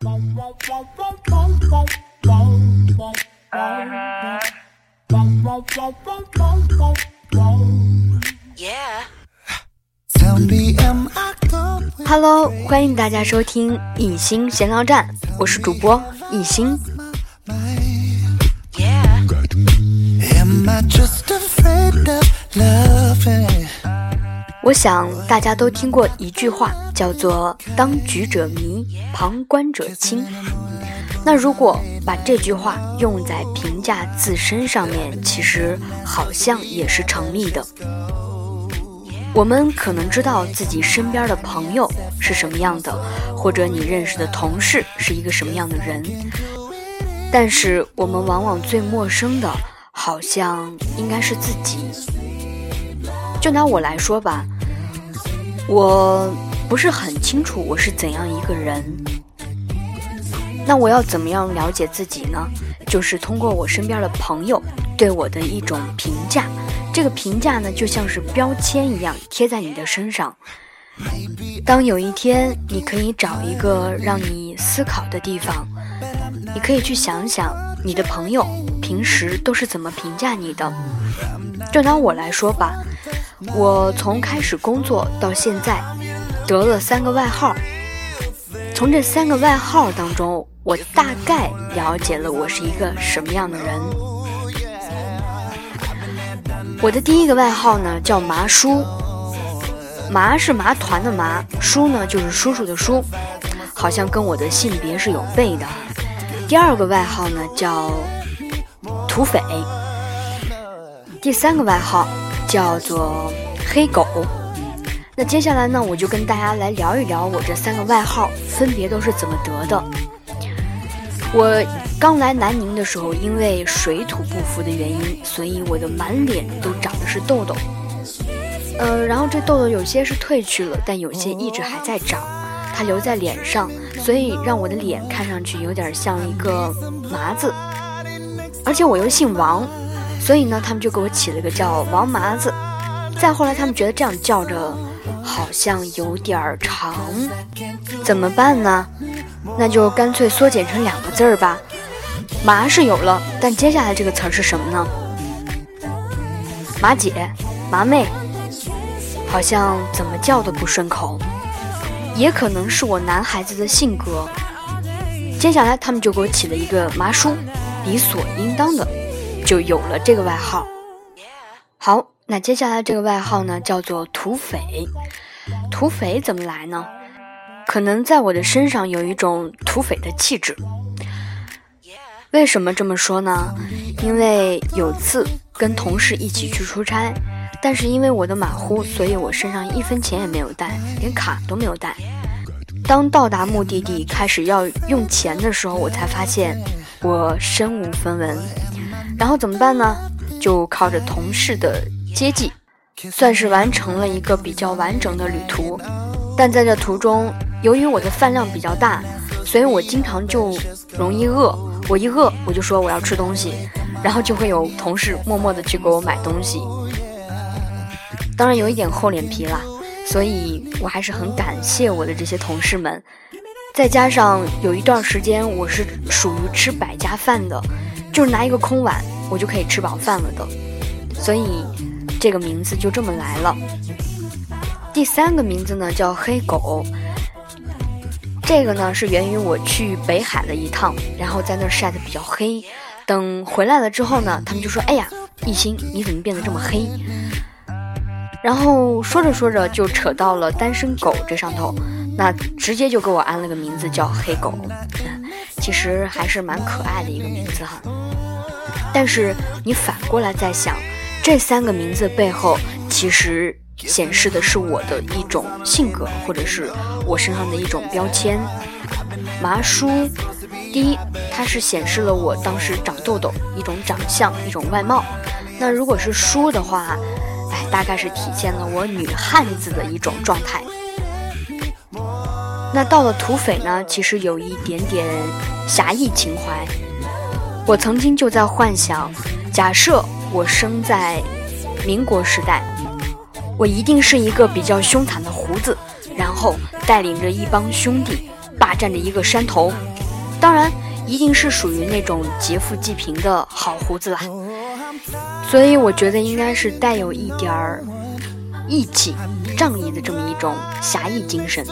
Hello， 欢迎大家收听一心闲聊站，我是主播一心。我想大家都听过一句话，叫做当局者迷，旁观者清。那如果把这句话用在评价自身上面，其实好像也是成立的。我们可能知道自己身边的朋友是什么样的，或者你认识的同事是一个什么样的人，但是我们往往最陌生的好像应该是自己。就拿我来说吧，我不是很清楚我是怎样一个人。那我要怎么样了解自己呢？就是通过我身边的朋友对我的一种评价。这个评价呢，就像是标签一样贴在你的身上。当有一天你可以找一个让你思考的地方，你可以去想想你的朋友平时都是怎么评价你的。就拿我来说吧，我从开始工作到现在得了3个外号。从这3个外号当中，我大概了解了我是一个什么样的人。我的第一个外号呢叫麻叔，麻是麻团的麻，叔呢就是叔叔的叔，好像跟我的性别是有悖的。第二个外号呢叫土匪，第3个外号叫做黑狗。那接下来呢，我就跟大家来聊一聊我这3个外号分别都是怎么得的。我刚来南宁的时候，因为水土不服的原因，所以我的满脸都长的是痘痘。然后这痘痘有些是褪去了，但有些一直还在长，它留在脸上，所以让我的脸看上去有点像一个麻子。而且我又姓王，所以呢，他们就给我起了个叫王麻子。再后来，他们觉得这样叫着好像有点长，怎么办呢？那就干脆缩减成2个字吧。麻是有了，但接下来这个词儿是什么呢？麻姐、麻妹，好像怎么叫都不顺口。也可能是我男孩子的性格。接下来他们就给我起了一个麻叔，理所应当的就有了这个外号。好，那接下来这个外号呢叫做土匪。土匪怎么来呢？可能在我的身上有一种土匪的气质。为什么这么说呢？因为有次跟同事一起去出差，但是因为我的马虎，所以我身上1分钱也没有带，连卡都没有带。当到达目的地开始要用钱的时候，我才发现我身无分文。然后怎么办呢？就靠着同事的接济，算是完成了一个比较完整的旅途。但在这途中，由于我的饭量比较大，所以我经常就容易饿。我一饿，我就说我要吃东西，然后就会有同事默默的去给我买东西。当然有一点厚脸皮啦，所以我还是很感谢我的这些同事们。再加上有一段时间我是属于吃百家饭的，就是拿一个空碗我就可以吃饱饭了的，所以这个名字就这么来了。第3个名字呢叫黑狗，这个呢是源于我去北海了一趟，然后在那儿晒得比较黑，等回来了之后呢，他们就说：“哎呀，一心你怎么变得这么黑？”然后说着说着就扯到了单身狗这上头，那直接就给我安了个名字叫黑狗。其实还是蛮可爱的一个名字哈。但是你反过来再想，这3个名字背后其实显示的是我的一种性格，或者是我身上的一种标签。麻叔，第一，它是显示了我当时长痘痘一种长相，一种外貌。那如果是叔的话，大概是体现了我女汉子的一种状态。那到了土匪呢，其实有一点点侠义情怀。我曾经就在幻想，假设我生在民国时代，我一定是一个比较凶残的胡子，然后带领着一帮兄弟霸占着一个山头， 当然一定是属于那种劫富济贫的好胡子啦。所以我觉得应该是带有一点儿义气、仗义的这么一种侠义精神。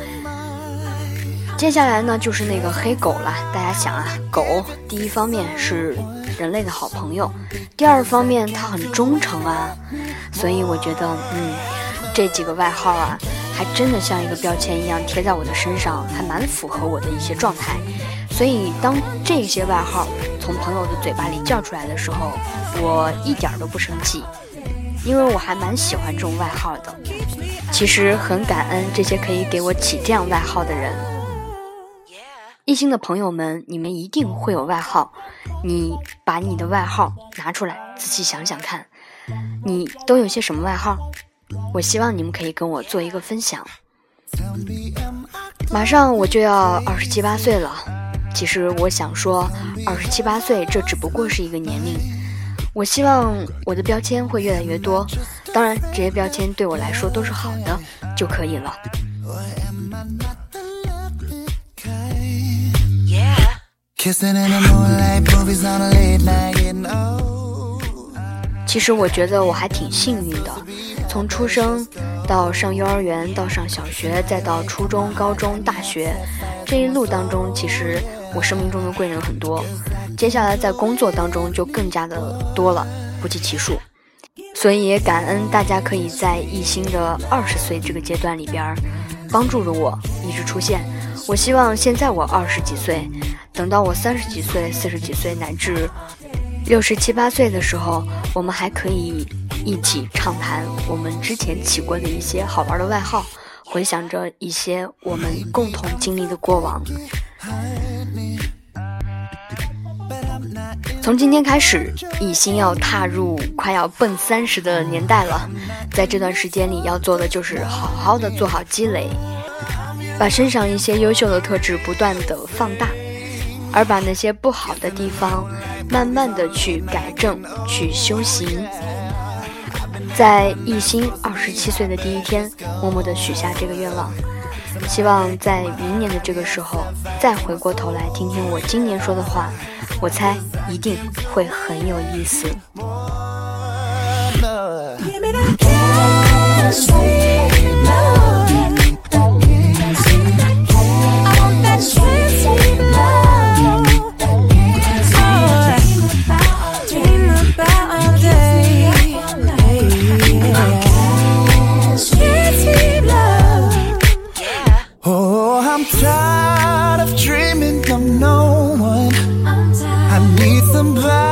接下来呢，就是那个黑狗了。大家想啊，狗第一方面是人类的好朋友，第二方面它很忠诚啊，所以我觉得这几个外号啊，还真的像一个标签一样贴在我的身上，还蛮符合我的一些状态。所以当这些外号从朋友的嘴巴里叫出来的时候，我一点都不生气，因为我还蛮喜欢这种外号的。其实很感恩这些可以给我起这样外号的人。一心的朋友们，你们一定会有外号，你把你的外号拿出来仔细想想看，你都有些什么外号？我希望你们可以跟我做一个分享。马上我就要27、28岁了，其实我想说27、28岁这只不过是一个年龄，我希望我的标签会越来越多，当然这些标签对我来说都是好的就可以了。其实我觉得我还挺幸运的，从出生到上幼儿园，到上小学，再到初中、高中、大学，这一路当中，其实我生命中的贵人很多，接下来在工作当中就更加的多了，不计其数。所以也感恩大家可以在一心的20岁这个阶段里边帮助着我一直出现。我希望现在我20几岁，等到我30几岁、40几岁，乃至67、8岁的时候，我们还可以一起畅谈我们之前起过的一些好玩的外号，回想着一些我们共同经历的过往。从今天开始，一心要踏入快要奔30的年代了，在这段时间里要做的就是好好的做好积累，把身上一些优秀的特质不断的放大，而把那些不好的地方慢慢的去改正，去修行。在一心27岁的第一天，默默的许下这个愿望，希望在明年的这个时候再回过头来听听我今年说的话，我猜一定会很有意思。 Tired of dreaming of no one. I need somebody